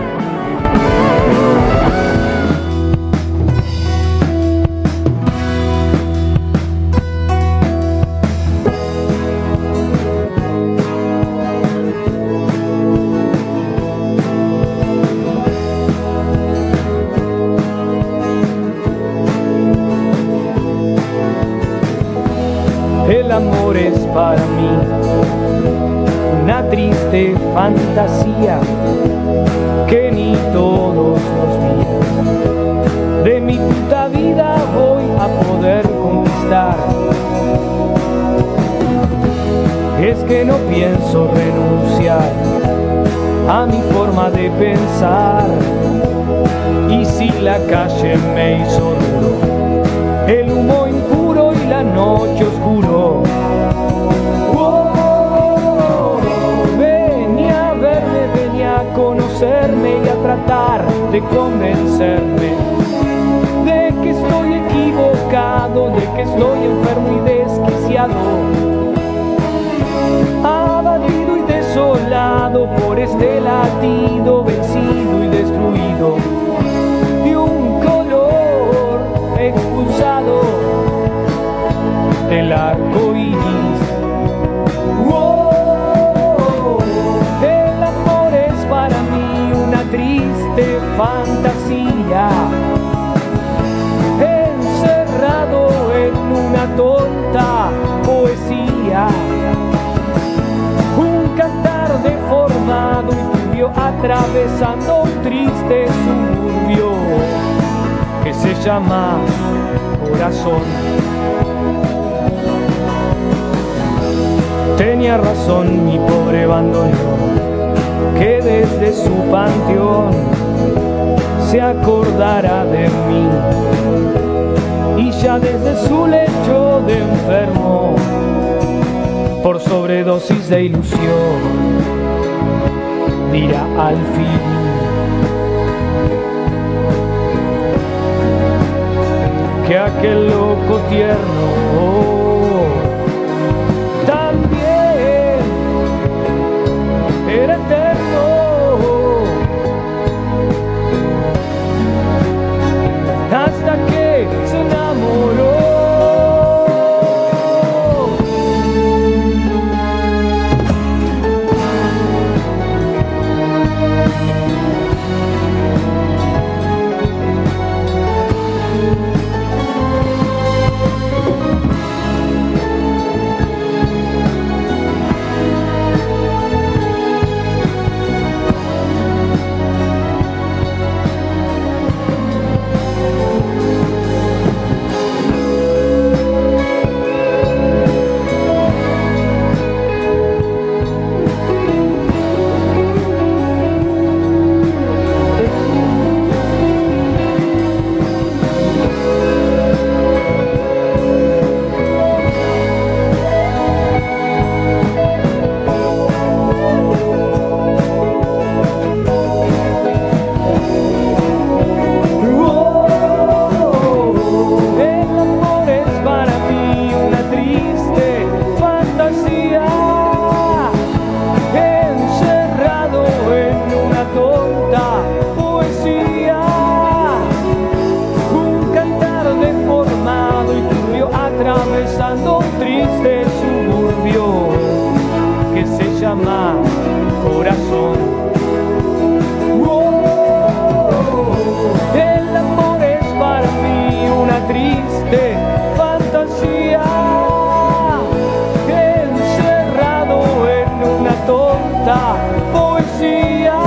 El amor es para mí una triste fantasía que ni todos los días de mi puta vida voy a poder conquistar. Es que no pienso renunciar a mi forma de pensar, y si la calle me hizo duro, el humo impuro y la noche oscuro. Oh, venía a verme, venía a conocerme y a tratar de convencerme de que estoy equivocado, de que estoy enfermo y desquiciado, abatido y desolado por este latido, vencido y destruido de un color expulsado del arco iris. Oh, el amor es para mí una triste fantasía, encerrado en una tonta poesía, un cantar deformado y turbio atravesando un triste suburbio que se llama corazón. Tenía razón mi pobre bandoneón, que desde su panteón se acordará de mí, y ya desde su lecho de enfermo por sobredosis de ilusión dirá al fin: que aquel loco tierno también era eterno, hasta que se enamoró. llama corazón. El amor es para mí una triste fantasía, encerrado en una tonta poesía,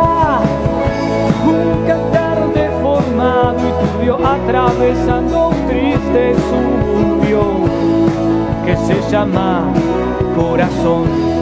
un cantar deformado y turbio atravesando un triste suburbio que se llama corazón.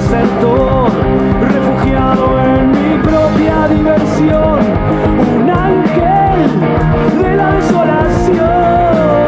desertor, refugiado en mi propia diversión, un ángel de la desolación.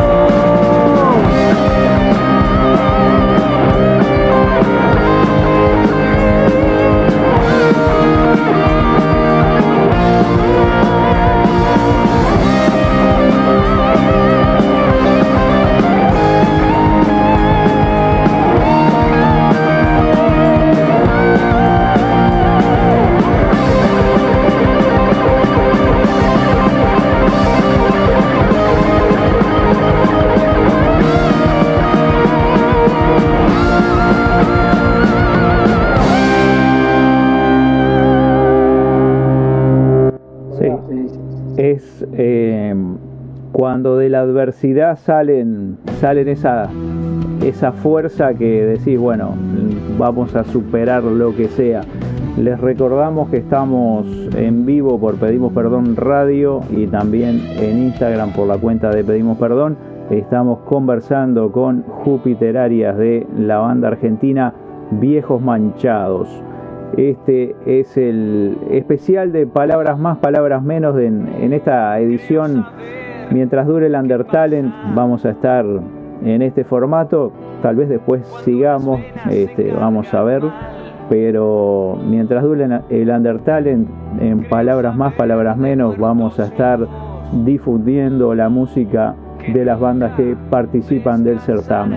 Es eh, cuando de la adversidad salen, salen esa, esa fuerza que decís, bueno, vamos a superar lo que sea. Les recordamos que estamos en vivo por Pedimos Perdón Radio y también en Instagram por la cuenta de Pedimos Perdón. Estamos conversando con Júpiter Arias de la banda argentina Viejos Manchados. Este es el especial de Palabras Más, Palabras Menos de, en, en esta edición. Mientras dure el Undertalent vamos a estar en este formato, tal vez después sigamos, este, vamos a ver, pero mientras dure el Undertalent, en Palabras Más, Palabras Menos vamos a estar difundiendo la música de las bandas que participan del certamen.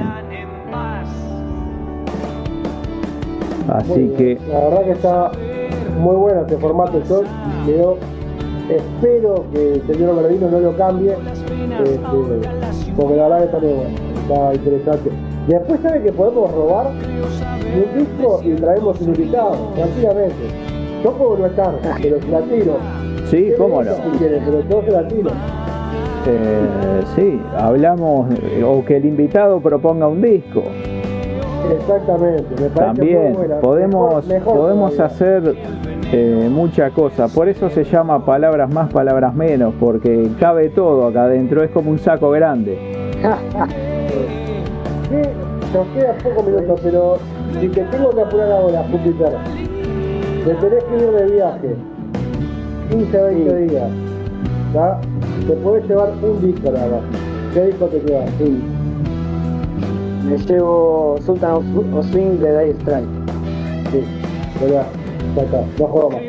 Así que la verdad que está muy bueno este formato. Yo creo, espero que el señor Bernardino no lo cambie, este, porque la verdad que está muy bueno, está interesante. Después sabe que podemos robar un disco y traemos un invitado, tranquilamente. Yo puedo no estar, pero se la tiro. Sí, cómo no. Si quiere, pero yo se la tiro. Eh, sí, hablamos, o que el invitado proponga un disco. Exactamente, me parece también muy buena. podemos, mejor, mejor podemos hacer eh, mucha cosa. Por eso se llama Palabras Más, Palabras Menos, porque cabe todo acá adentro, es como un saco grande. Sí, nos quedan pocos minutos, pero si te tengo que apurar ahora, Júpiter, te tenés que ir de viaje quince a veinte sí. días, ¿tá? Te podés llevar un disco nada más. ¿Qué disco te llevas? Sí. Me llevo Sultan of, of Swing de Dire Straits. Sí, ya, ya está, no juego más.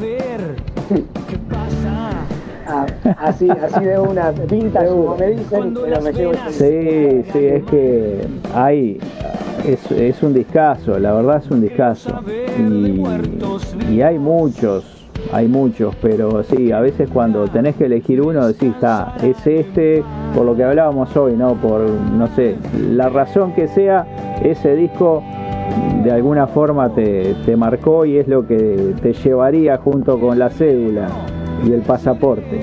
Ah, así, así de una vintage, como me dicen, pero me llevo ese. Sí, sí, es que hay, es, es un discazo, la verdad es un discazo. Y, y hay muchos, hay muchos, pero sí, a veces cuando tenés que elegir uno decís, está, es este, por lo que hablábamos hoy, ¿no? Por, no sé, la razón que sea, ese disco de alguna forma te, te marcó y es lo que te llevaría junto con la cédula y el pasaporte.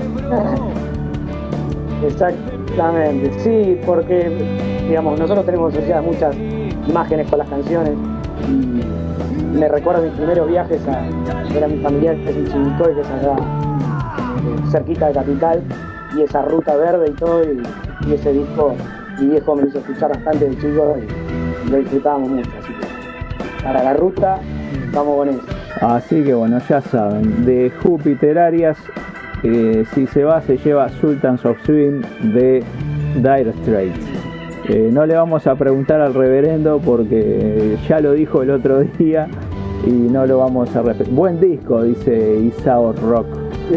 Exactamente, sí, porque digamos, nosotros tenemos asociadas muchas imágenes con las canciones y me recuerdo mis primeros viajes a ver a mi familiar que es en Chivilcoy, que es allá eh, cerquita de Capital, y esa ruta verde y todo, y, y ese disco mi viejo me lo hizo escuchar bastante de chico y lo disfrutábamos mucho, así que para la ruta vamos con eso. Así que bueno, ya saben, de Júpiter Arias, eh, si se va se lleva Sultans of Swing de Dire Straits. Eh, no le vamos a preguntar al reverendo porque ya lo dijo el otro día y no lo vamos a repetir. Buen disco, dice Isao Rock. Sí,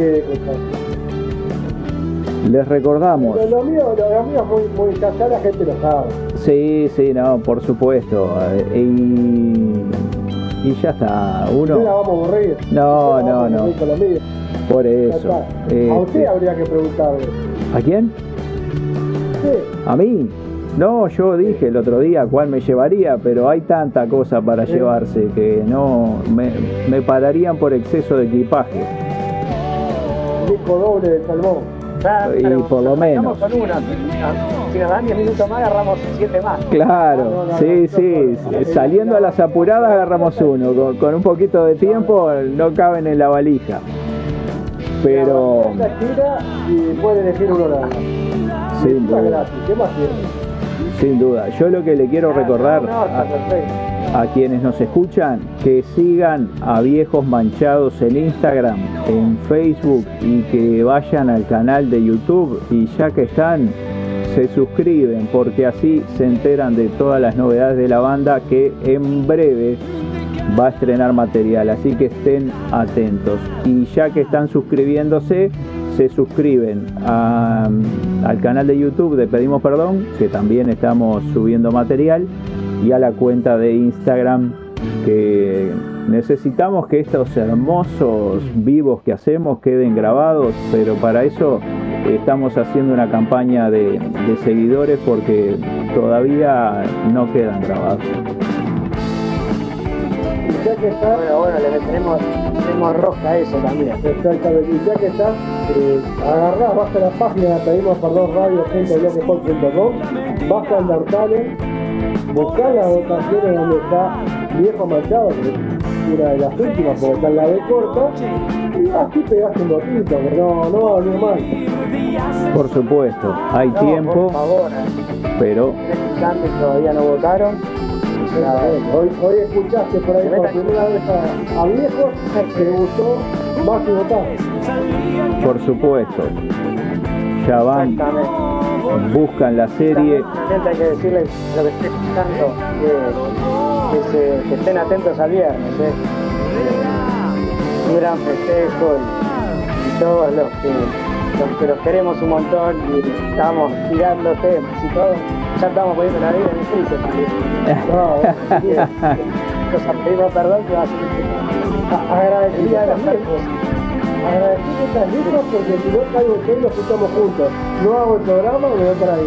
les recordamos. Lo, lo mío, lo, lo mío es muy, muy, ya, ya la gente lo sabe. Sí, sí, no, por supuesto. Eh, y... Y ya está, uno... ¿No la vamos a aburrir? No, no, no. Por eso. Eh, a usted habría que preguntarle. ¿A quién? Sí. ¿A mí? No, yo dije el otro día cuál me llevaría, pero hay tanta cosa para sí. llevarse que no... Me, me pararían por exceso de equipaje. Un disco doble de salmón. Claro, y por lo menos. Con una. Si nos dan diez minutos más, agarramos siete más. Claro, no, no, no, sí, no, sí. no, no, Saliendo a las apuradas agarramos uno. Con, con un poquito de tiempo no caben en la valija. Pero... Tira y puede elegir uno nada más. Sin duda. Gratis. ¿Qué más tiene? Sin duda. Yo lo que le quiero recordar... No, no, está perfecto. a quienes nos escuchan que sigan a Viejos Manchados en Instagram, en Facebook y que vayan al canal de YouTube y ya que están, se suscriben porque así se enteran de todas las novedades de la banda que en breve va a estrenar material, así que estén atentos. Y ya que están suscribiéndose, se suscriben a, al canal de YouTube de Pedimos Perdón, que también estamos subiendo material, y a la cuenta de Instagram, que necesitamos que estos hermosos vivos que hacemos queden grabados, pero para eso estamos haciendo una campaña de, de seguidores porque todavía no quedan grabados. Y ya que está, Bueno, bueno, le tenemos, tenemos rosca a eso también. exactamente, y ya que está, eh, agarrás, vas a la página de Pedimos Perdón radio punto blogspot punto com, vas a Undertale, buscás las votaciones donde está Viejo Machado, que es una de las últimas, porque está en la de corta, y así pegás un botito, que no, no va a venir mal. Por supuesto, hay No, tiempo, por favor, eh. pero Escuchando y todavía no votaron. Hoy, hoy escuchaste por ahí por primera vez a, a Viejos, que le gustó, vas y votás. por supuesto, ya van, Exactamente. buscan la serie. También hay que decirles lo que estoy escuchando, que, que, se, que estén atentos al viernes. ¿eh? Un gran festejo y, y todos los que, los que los queremos un montón y estamos tirando temas y todo, ya estamos poniendo la vida en el piso también. No, nos pedimos perdón que va a ser un Agradecido a los viejos. Agradecido a estas viejos porque si no caigo yo y lo escuchamos juntos. No hago el programa y me voy para ahí.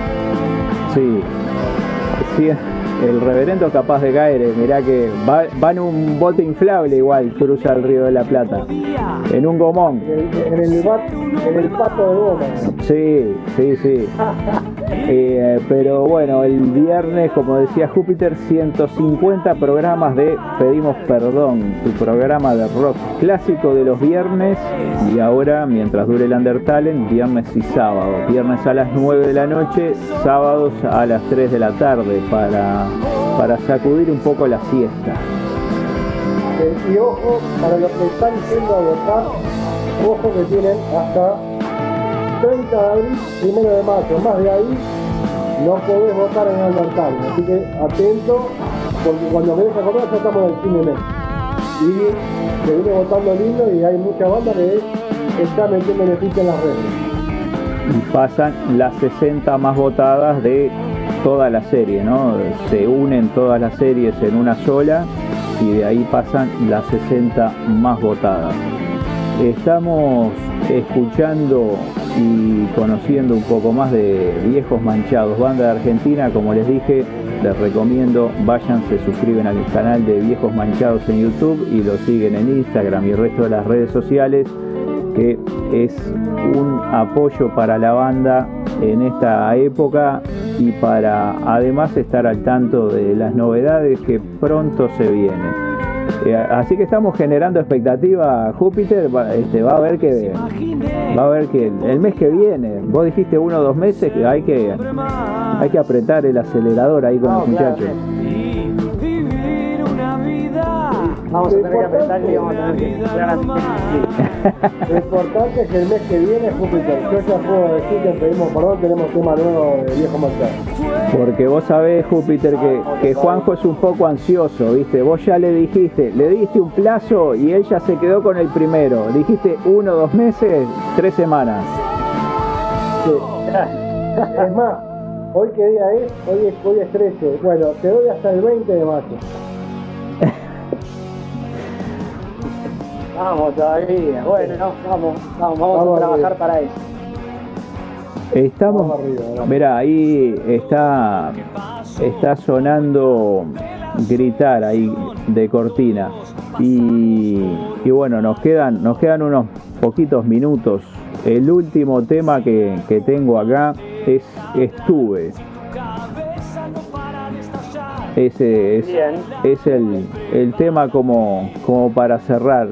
Sí, sí, el reverendo capaz de caer, eh, mirá que va, va en un bote inflable igual, cruza el Río de la Plata, en un gomón. En el, en el, bat, en el pato de goma. Sí, sí, sí. Eh, pero bueno, el viernes, como decía Júpiter, ciento cincuenta programas de Pedimos Perdón, tu programa de rock clásico de los viernes, y ahora, mientras dure el Undertale, viernes y sábado. Viernes a las nueve de la noche, sábados a las tres de la tarde, para, para sacudir un poco la siesta. Eh, y ojo, para los que están yendo a votar, ojo que tienen hasta treinta de abril, primero de mayo, más de ahí no podés votar en el Undertale, así que atento, porque cuando querés acordar ya estamos en el fin de mes y se viene votando lindo y hay mucha banda que está metiendo beneficio en las redes. Y pasan las sesenta más votadas de toda la serie, ¿no? Se unen todas las series en una sola y de ahí pasan las sesenta más votadas. Estamos escuchando y conociendo un poco más de Viejos Manchados, banda de Argentina. Como les dije, les recomiendo, vayan, se suscriben al canal de Viejos Manchados en YouTube y lo siguen en Instagram y el resto de las redes sociales, que es un apoyo para la banda en esta época y para además estar al tanto de las novedades que pronto se vienen. Eh, así que estamos generando expectativa. Júpiter va, este, va a ver que va a ver que el, el mes que viene, vos dijiste uno o dos meses, que hay que hay que apretar el acelerador ahí con No, los muchachos. Vamos a tener que apretar y vamos a tener que esperar a Lo importante es que el mes que viene, Júpiter, yo ya puedo decir que Pedimos Perdón, tenemos tema nuevo de Viejo Machado. Porque vos sabés, Júpiter, que, que Juanjo es un poco ansioso, ¿viste? Vos ya le dijiste, le diste un plazo y él ya se quedó con el primero. Le dijiste uno, dos meses, tres semanas. Sí. Es más, hoy qué día es, hoy es, hoy es trece. Bueno, te doy hasta el veinte de mayo. Vamos todavía, bueno, no, vamos, vamos, vamos, Vamos a trabajar arriba. para eso. Estamos, Vamos arriba, vamos. mirá, ahí está, está sonando Gritar ahí de cortina. Y, y bueno, nos quedan, nos quedan unos poquitos minutos. El último tema que, que tengo acá es Estuve. Ese es, Bien. es el, el tema como, como para cerrar.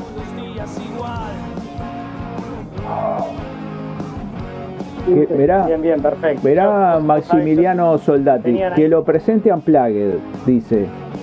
Que, verá, Bien, bien, perfecto. verá Maximiliano Soldati, Tenían ahí. que lo presente Unplugged, dice.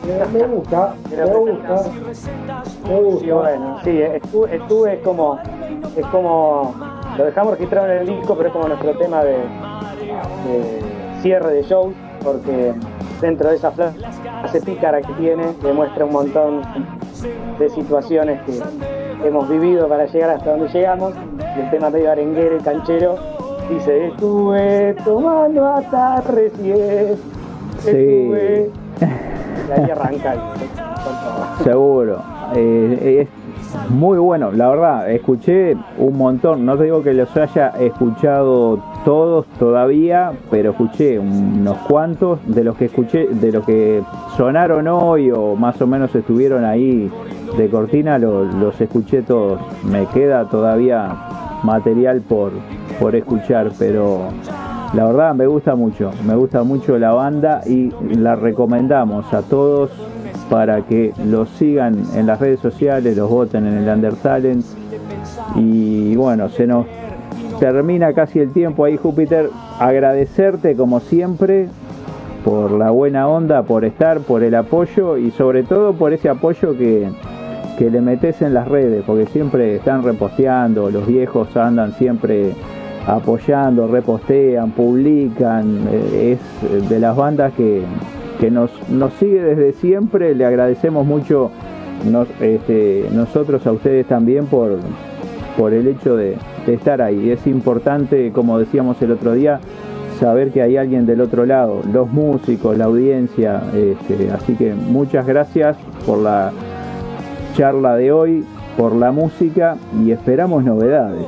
me, me gusta, me gusta, me gusta. Sí, bueno, sí, estuve, estuve como, es como, lo dejamos registrado en el disco, pero es como nuestro tema de, de cierre de shows, porque dentro de esa frase pícara que tiene, demuestra un montón de situaciones que hemos vivido para llegar hasta donde llegamos. Y el tema medio arenguero y canchero dice: estuve tomando hasta recién, estuve... Sí. Y ahí arranca el, con todo. Seguro. Eh, es muy bueno, la verdad, escuché un montón, no te digo que los haya escuchado todos todavía, pero escuché unos cuantos de los que escuché, de los que sonaron hoy o más o menos estuvieron ahí de cortina, lo, los escuché todos. Me queda todavía material por, por escuchar, pero la verdad me gusta mucho, me gusta mucho la banda y la recomendamos a todos para que los sigan en las redes sociales, los voten en el Undertalent. Y bueno, se nos termina casi el tiempo ahí, Júpiter. Agradecerte como siempre por la buena onda, por estar, por el apoyo y sobre todo por ese apoyo que, que le metes en las redes, porque siempre están reposteando, los viejos andan siempre apoyando, repostean, publican. Es de las bandas que que nos, nos sigue desde siempre. Le agradecemos mucho nos, este, nosotros a ustedes también por, por el hecho de, de estar ahí. Es importante, como decíamos el otro día, saber que hay alguien del otro lado, los músicos, la audiencia, este, así que muchas gracias por la charla de hoy, por la música y esperamos novedades.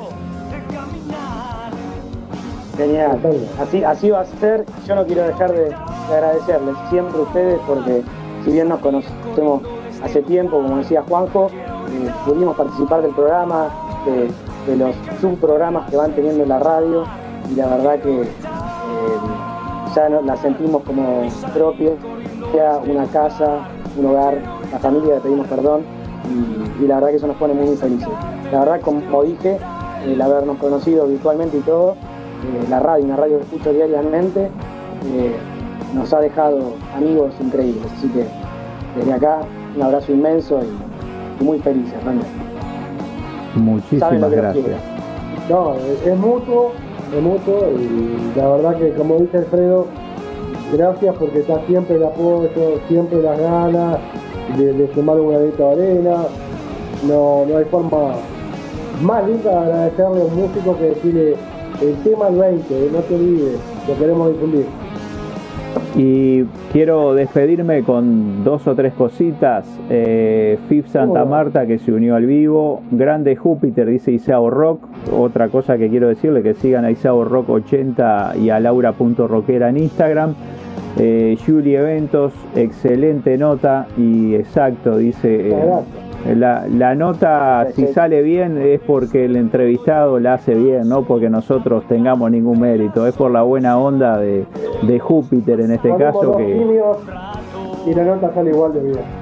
Genial, así, así va a ser. Yo no quiero dejar de, de agradecerles siempre a ustedes, porque si bien nos conocemos hace tiempo, como decía Juanjo, eh, pudimos participar del programa, de, de los subprogramas que van teniendo en la radio, y la verdad que eh, ya no, la sentimos como propia, una casa, un hogar, la familia, le pedimos perdón, y, y la verdad que eso nos pone muy, muy felices. La verdad, como dije, el habernos conocido virtualmente y todo, Eh, la radio, una radio que escucho diariamente, eh, nos ha dejado amigos increíbles, así que desde acá un abrazo inmenso y, y muy felices realmente. Muchísimas gracias. No, es, es mutuo, es mutuo y la verdad que, como dice Alfredo, gracias porque está siempre el apoyo, siempre las ganas de, de sumar un granito de arena. No, no hay forma más linda de agradecerle a un músico que decirle: el tema al veinte, no te olvides, lo queremos difundir. Y quiero despedirme con dos o tres cositas. eh, F I F Santa Marta, que se unió al vivo. Grande Júpiter, dice Isao Rock. Otra cosa que quiero decirle, que sigan a Isao Rock ochenta y a laura punto rockera en Instagram. eh, Julie Eventos, excelente nota. Y exacto, dice eh, La, la nota, si sale bien, es porque el entrevistado la hace bien, no porque nosotros tengamos ningún mérito, es por la buena onda de, de Júpiter en este Ponemos caso. Que... y la nota sale igual de bien.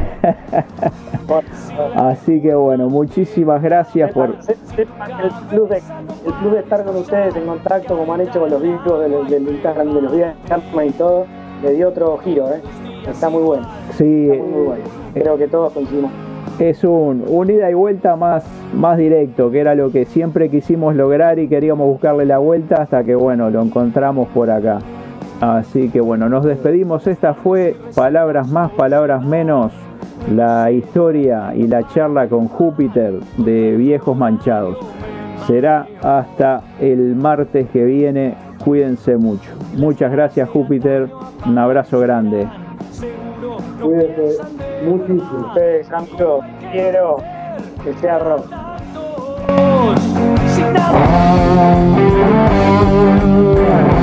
Así que bueno, muchísimas gracias por... El plus, de, el plus de estar con ustedes en contacto, como han hecho con los vínculos del, del Instagram, de los días y todo, le dio otro giro, ¿eh? Está muy bueno. Sí, está muy, muy bueno. Creo que todos coincidimos. Es un, un ida y vuelta más, más directo, que era lo que siempre quisimos lograr y queríamos buscarle la vuelta hasta que bueno, lo encontramos por acá. Así que bueno, nos despedimos. Esta fue Palabras Más, Palabras Menos, la historia y la charla con Júpiter de Viejos Manchados. Será hasta el martes que viene. Cuídense mucho. Muchas gracias, Júpiter. Un abrazo grande. Cuídense muchísimo. Ustedes, Sancho, quiero que sea rock. Sin nada.